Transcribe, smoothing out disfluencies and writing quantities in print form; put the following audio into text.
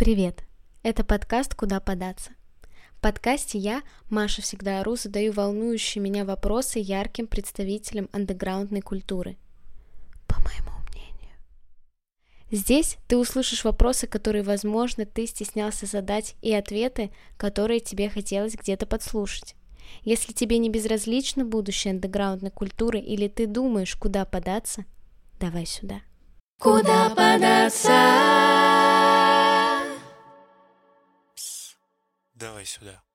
Привет! Это подкаст «Куда податься?». В подкасте я, Маша Всегда Ору, задаю волнующие меня вопросы ярким представителям андеграундной культуры. По моему мнению. Здесь ты услышишь вопросы, которые, возможно, ты стеснялся задать, и ответы, которые тебе хотелось где-то подслушать. Если тебе не безразлично будущее андеграундной культуры или ты думаешь, куда податься, давай сюда. Куда податься? Давай сюда.